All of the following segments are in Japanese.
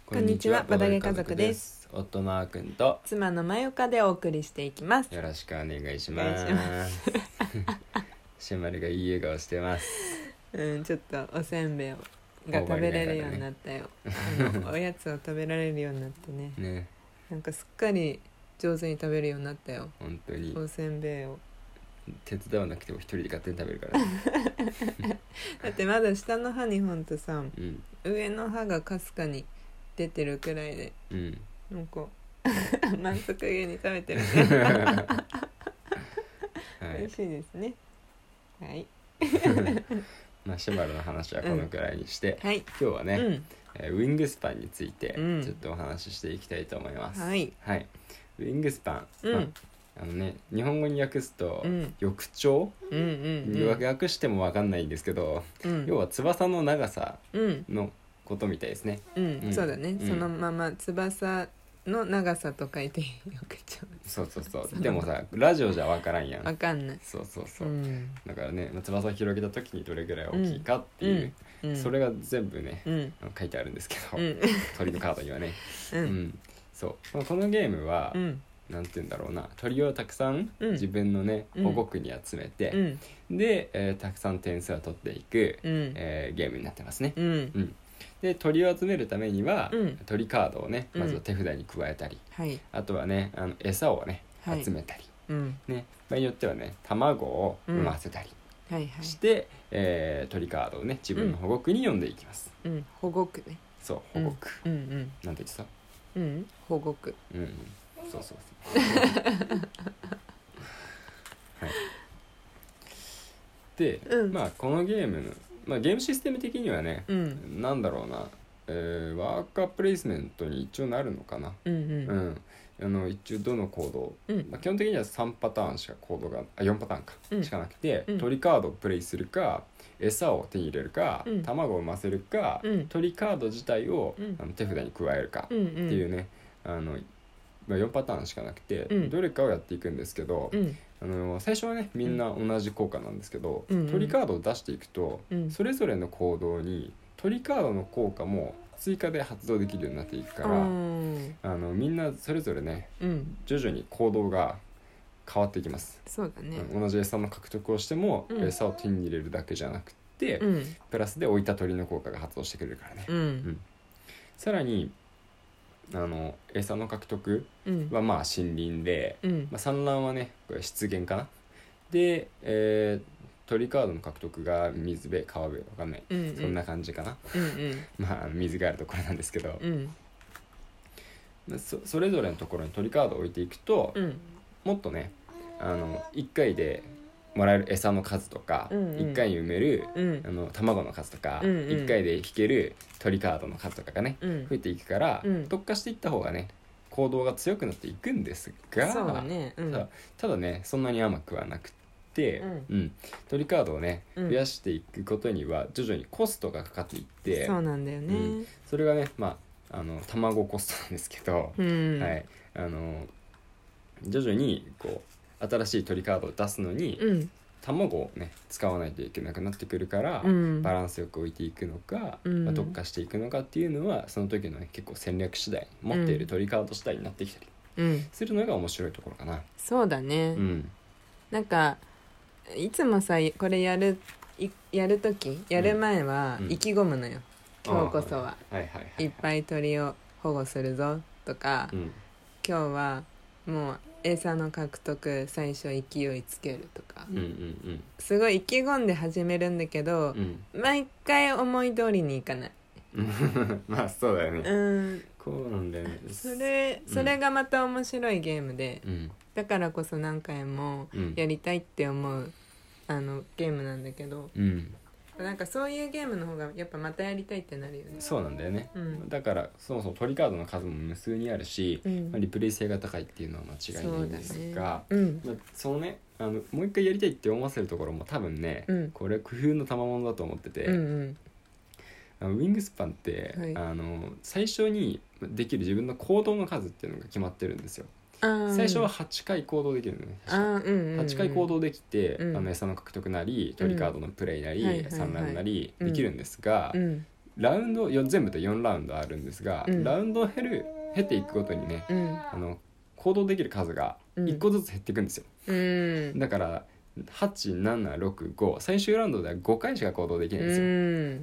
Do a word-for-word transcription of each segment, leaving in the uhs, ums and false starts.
こんにちは、バダゲ家族です。 夫のあーくんと妻のまゆかでお送りしていきます。 よろしくお願いします。 お願いしますシェマルがいい笑顔してます。 うん、ちょっとおせんべいが食べれるようになったよ、あのおやつを食べられるようになってねね、 なんかすっかり上手に食べるようになったよ。 本当におせんべいを手伝わなくても一人で勝手に食べるから、ね、 だってまだ下の歯にほんとさ、 うん、 上の歯がかすかに出てるくらいで、 うん、 なんか満足げに食べてるねはい、 美味しいですね。はいまあシェマルの話はこのくらいにして、 うん、はい、 今日はね、 うんえーウィングスパンについてうんちょっとお話ししていきたいと思います。 はい、 はい、ウィングスパン、 うん、 まああのね、日本語に訳すと、 うん、 翼長、 うんうんうん、 訳しても分かんないんですけど、 うん、 要は翼の長さうんのことみたいですね。 うんうん、 そうだね、 うん、 そのまま翼の長さと書いて翼長。 そうそうそうでもさラジオじゃ分からんやん。 分かんない。 そうそうそう、 うん、 だからね翼を広げた時にどれぐらい大きいかっていう、 うん、 それが全部ね、 うん、 書いてあるんですけど、 うん、 鳥のカードにはね、 ううんん、そうこのゲームは、 うん、 なんて言うんだろうな、鳥をたくさんうん自分のね、 うん保護区に集めて、 うん、 で、えーたくさん点数を取っていく、 うんえーゲームになってますね。 うんうんで鳥を集めるためには、 うん、 鳥カードをねうんまずは手札に加えたり、 はい、 あとはねあの餌をねはい集めたり、 うんね、場合によってはね卵を産ませたりはいはい、 して、えー鳥カードをね自分の保護区に呼んでいきます。 うん、保護区ね。 そう保護区、 うんうんなんて言ってた？ うん、うん、保護区。 うんうんそうそうそうはいで、 うんまあこのゲームの、まあ、ゲームシステム的にはね、 うん、 なんだろうな、えーワーカープレイスメントに一応なるのかな。 うんううんん、あの一応どの行動、 うんまあ、基本的にはさんパターンしか行動があよんパターンか、 うんしかなくて、 うん鳥カードをプレイするか餌を手に入れるか、 うん卵を産ませるか、 うん鳥カード自体を、 うんあの手札に加えるか、 うんうんっていうねあの、まあ、よんパターンしかなくて、 うんどれかをやっていくんですけど、 うんあの最初はねみんな同じ効果なんですけど、 うんうん鳥カードを出していくと、 うんそれぞれの行動に鳥カードの効果も追加で発動できるようになっていくから、 うんあのみんなそれぞれねうん徐々に行動が変わっていきます、 そうだね。 うん同じ餌の獲得をしても、 うん餌を手に入れるだけじゃなくて、 うんプラスで置いた鳥の効果が発動してくれるからね、 ううんんさらにあの餌の獲得うんはまあ森林で、 うんまあ、産卵はねこれ湿原かなで、えー鳥カードの獲得が水辺川辺わかんない、 うんうんそんな感じかなうんうんまあ水があるところなんですけど、 うんまあそそれぞれのところに鳥カードを置いていくと、 うんもっとねあのいっかいでもらえる餌の数とか、 うんうんいっかいに埋める、 うんあの卵の数とか、 うんうんいっかいで引ける鳥カードの数とかがねうん増えていくから、 うん特化していった方がね行動が強くなっていくんですが、 そうだね。うんただただねそんなに甘くはなくて、 うんうん鳥カードをねうん増やしていくことには徐々にコストがかかっていって、 そうなんだよね。 うんそれがねまああの卵コストなんですけど、 うんはいあの徐々にこう新しい鳥カードを出すのに、 うん卵をね使わないといけなくなってくるから、 うんバランスよく置いていくのか、 うんまあ、特化していくのかっていうのはその時のね結構戦略次第持っている鳥カード次第になってきたりうんするのが面白いところかな。 そうだね。 うんなんかいつもさこれやるいやるときやる前はうん意気込むのよ、今日こそははいはいはいいっぱい鳥を保護するぞとか、 うん今日はもう餌の獲得最初勢いつけるとか、 うんうんすごい意気込んで始めるんだけどう、ん毎回思い通りにいかない。 うんまあそうだよね、 うんこうなんだよね。 それそれがまた面白いゲームで、 うんだからこそ何回もうんやりたいって思うあのゲームなんだけど、 うんなんかそういうゲームの方がやっぱまたやりたいってなるよね。 そうなんだよね、 うんだからそもそも鳥カードの数も無数にあるし、 うんまあリプレイ性が高いっていうのは間違いないんですが、 そうだね。うんまあ、そのねあのもう一回やりたいって思わせるところも多分ね、 うんこれ工夫の賜物だと思ってて、 うんうんあのウィングスパンって、 はいあの最初にできる自分の行動の数っていうのが決まってるんですよ。 あー最初ははちかい行動できるのね。 あー、うんうんうん、 はちかい行動できて、 うんあの餌の獲得なり鳥カードのプレイなり、 はいはいはい産卵なりうんできるんですが、 うんラウンドよ全部でよんラウンドあるんですが、 うん、 ラウンドを経る経ていくごとにね、 うん、 あの行動できる数がいっこずつ減っていくんですよ、 うん、 だからはち、なな、ろく、ご最終ラウンドではごかいしか行動できないんですよ、 うん、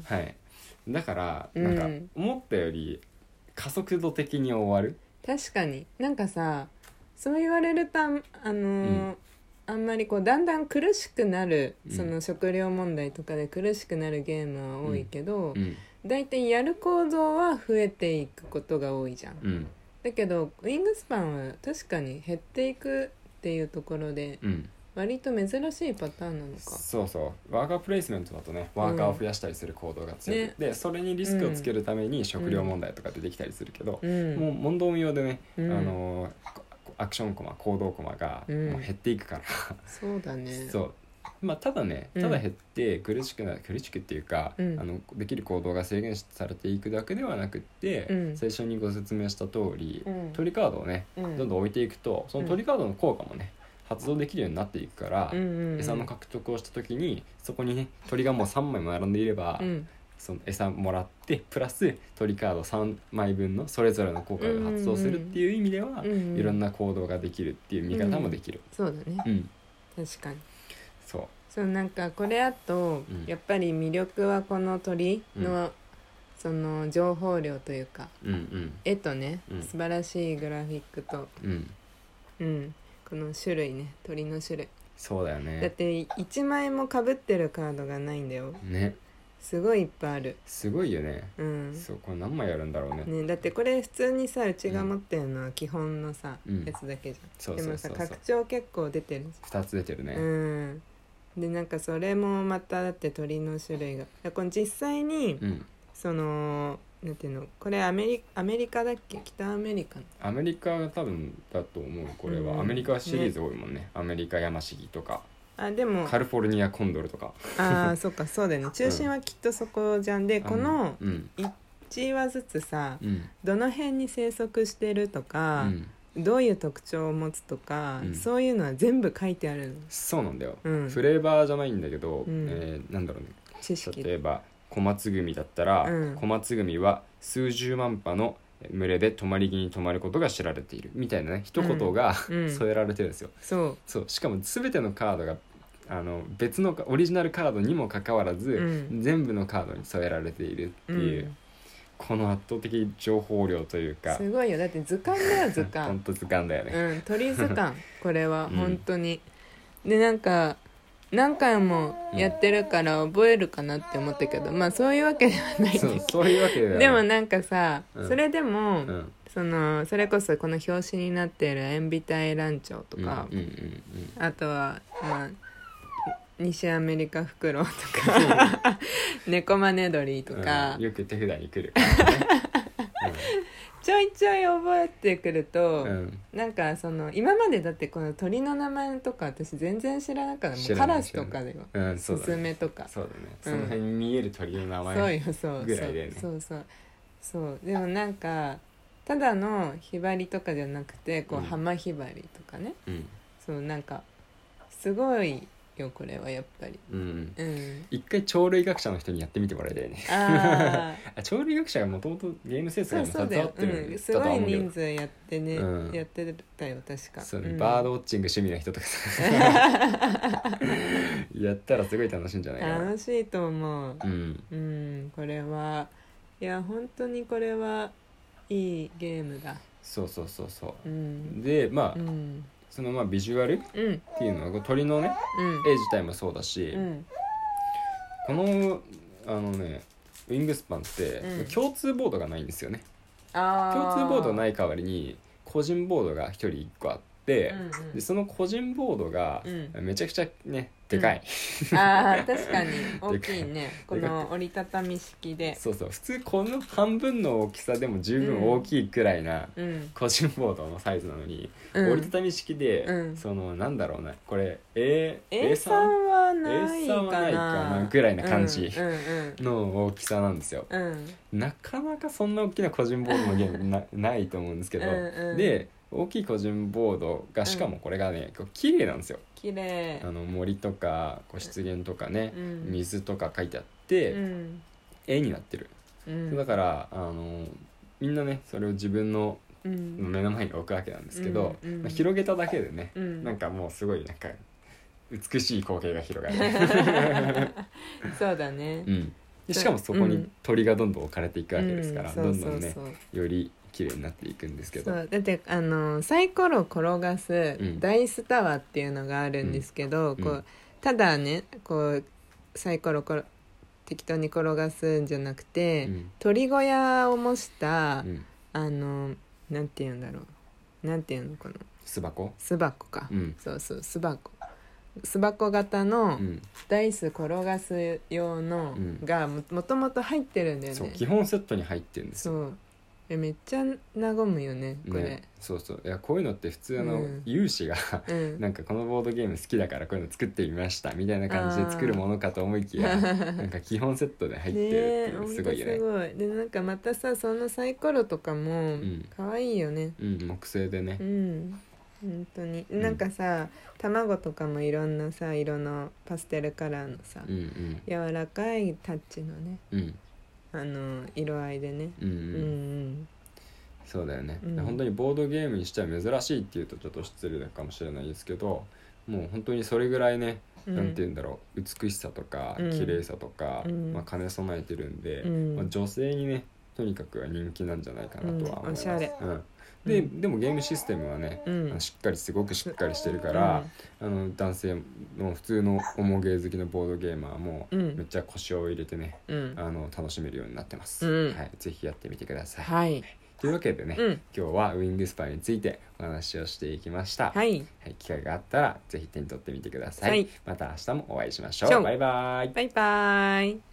はい、だからうんなんか思ったより加速度的に終わる。 確かになんかさそう言われるとあのーうんあんまりこうだんだん苦しくなる、 うんその食料問題とかで苦しくなるゲームは多いけど、 うんだいたいやる行動は増えていくことが多いじゃん、 うん、 だけどウィングスパンは確かに減っていくっていうところでうん、 割と珍しいパターンなのか。 そうそうワーカープレイスメントだとねワーカーを増やしたりする行動が強い、 ね、 でそれにリスクをつけるために食料問題とか出てきたりするけど、 うん、 もう問答無用でね、 うん、 あのーアクションコマ行動コマがうんもう減っていくから、 そうだねそうまあただねただ減って苦しくな苦しくっていうか、 うん、 あのできる行動が制限されていくだけではなくって、 うん、 最初にご説明した通り、 うん、 鳥カードをね、 うん、 どんどん置いていくとその鳥カードの効果もね発動できるようになっていくから、 うんうんうん、 餌の獲得をした時にそこにね鳥がもうさんまいも並んでいれば、 うん、 その餌もらってプラス鳥カードさんまいぶんのそれぞれの効果が発動するっていう意味では、 うんうん、 いろんな行動ができるっていう見方もできる、 うん、そうだね、 うん、 確かにそうそうなんかこれあと、 うん、 やっぱり魅力はこの鳥の、うん、その情報量というか、 うんうん、 絵とね、 うん、 素晴らしいグラフィックと、 うんうん、この種類ね鳥の種類そうだよねだっていちまいも被ってるカードがないんだよねすごいいっぱいあるすごいよね、 うん、 そうこれ何枚やるんだろうねねだってこれ普通にさうちが持ってるのは基本のさ、うん、やつだけじゃん、 そうそうそうそうでもさ拡張結構出てるふたつ出てるねうんでなんかそれもまただって鳥の種類がこの実際に、 うん、 そのなんていうのこれアメリアメリカだっけ北アメリカのアメリカが多分だと思うこれは、うん、アメリカシリーズ多いもんね、ねアメリカヤマシギとかあでもカリフォルニアコンドルとかあそっかそうだよね中心はきっとそこじゃんで、うん、このいちわずつさ、うん、どの辺に生息してるとか、うん、どういう特徴を持つとか、うん、そういうのは全部書いてあるのそうなんだよ、うん、フレーバーじゃないんだけど、 うんえー、なんだろうね知識例えばコマツグミだったら、うん、コマツグミは数十万羽の群れで止まり木に止まることが知られているみたいなね一言が、うん、添えられてるんですよ、 そうそうしかも全てのカードがあの別のオリジナルカードにもかかわらず、うん、全部のカードに添えられているっていう、うん、この圧倒的情報量というかすごいよだって図鑑だよ図鑑ほんと図鑑だよね、 うん、鳥図鑑これは本当に、うん、でなんか何回もやってるから覚えるかなって思ったけど、うん、まあそういうわけではないんだけどそう、そういうわけではないでもなんかさ、 うん、 それでも、 うん、 そのそれこそこの表紙になっている塩ビタイランチョウとか、 うんうんうんうん、 あとはまあ西アメリカフクロウとかネコマネドリとか、 うん、よく手札に来る、ねちょいちょい覚えてくると、 うん、 なんかその今までだってこの鳥の名前とか私全然知らなかったもうカラスとかだよ、 うん、そうだね、 スズメとかそうだね、その辺に見える鳥の名前ぐらいだよね、 そうそうそうでもなんかただのヒバリとかじゃなくてこう、うん、ハマヒバリとかね、 うん、 そうなんかすごいよこれはやっぱり、 うんうん、 一回鳥類学者の人にやってみてもらいたいねあ鳥類学者がもともとゲーム制作にも携わってるんだすごい人数やってね、 うん、 やってたよ確かそう、ね、 うん、 バードウォッチング趣味の人とかさやったらすごい楽しいんじゃないかな楽しいと思う、 うん、 うん、これはいや本当にこれはいいゲームだそうそうそうそう、 うん、 でまあ、 うんそのまあビジュアルっていうのは鳥のね、うん、絵自体もそうだし、うん、このあのねウィングスパンって、うん、共通ボードがないんですよね。共通ボードない代わりに個人ボードがひとりいっこあって、うんうん、でその個人ボードがめちゃくちゃね、でかい、 うん、あー確かに大きいねこの折りたたみ式でそうそう普通この半分の大きさでも十分大きいくらいな個人ボードのサイズなのに、うん、折りたたみ式で、うん、そのなんだろうねこれ A, A さんはないかな A さんはないかなぐらいな感じの大きさなんですよ、 うん、 なかなかそんな大きな個人ボードのゲーム な, ないと思うんですけどうん、うん、で大きい個人ボードがしかもこれがね、うん、綺麗なんですよ綺麗あの森とかこう湿原とかね、うん、水とか書いてあって、 うん、 絵になってる、 うん、 だからあのみんなねそれを自分の目の前に置くわけなんですけど、うんうんまあ、広げただけでね、うん、なんかもうすごいなんか美しい光景が広がるそうだね、 うん、でしかもそこに鳥がどんどん置かれていくわけですから、うん、どんどんねより綺麗になっていくんですけど、 そうだってあのサイコロを転がすダイスタワーっていうのがあるんですけど、うん、こうただねこうサイコロこ適当に転がすんじゃなくて、うん、鳥小屋を模した、うん、あのなんていうんだろうなんていうのかな巣箱巣箱か、うん、そうそう巣箱巣箱型のダイス転がす用のが も, もともと入ってるんだよね。 そう基本セットに入ってるんですよ。 そうえめっちゃ和むよねこれね。 そうそういやこういうのって普通の有志が、うん、なんかこのボードゲーム好きだからこういうの作ってみましたみたいな感じで作るものかと思いきやなんか基本セットで入ってるっていうのすごいよね。 すごいでなんかまたさそのサイコロとかも可愛いよね、 うん、うん、木製でね、 うん本当になんかさ、うん、卵とかもいろんなさ色のパステルカラーのさ、うんうん、柔らかいタッチのね、うん、あの色合いでね、うんうんうん、 そうだよね、うん、本当にボードゲームにしては珍しいっていうとちょっと失礼かもしれないですけどもう本当にそれぐらいね、うん、なんて言うんだろう美しさとか綺麗さとか、うんまあ、兼ね備えてるんで、うんまあ、女性にねとにかく人気なんじゃないかなとは思います、うん、おしゃれ、うんで, でもゲームシステムはね、うん、しっかりすごくしっかりしてるから、うん、あの男性の普通のオモゲー好きのボードゲーマーもめっちゃ腰を入れてね、うん、あの楽しめるようになってます、うんはい、ぜひやってみてください、はい、というわけでね、うん、今日はウィングスパンについてお話をしていきました、はいはい、機会があったらぜひ手に取ってみてください、はい、また明日もお会いしましょう。バイバイ。 バイバイ。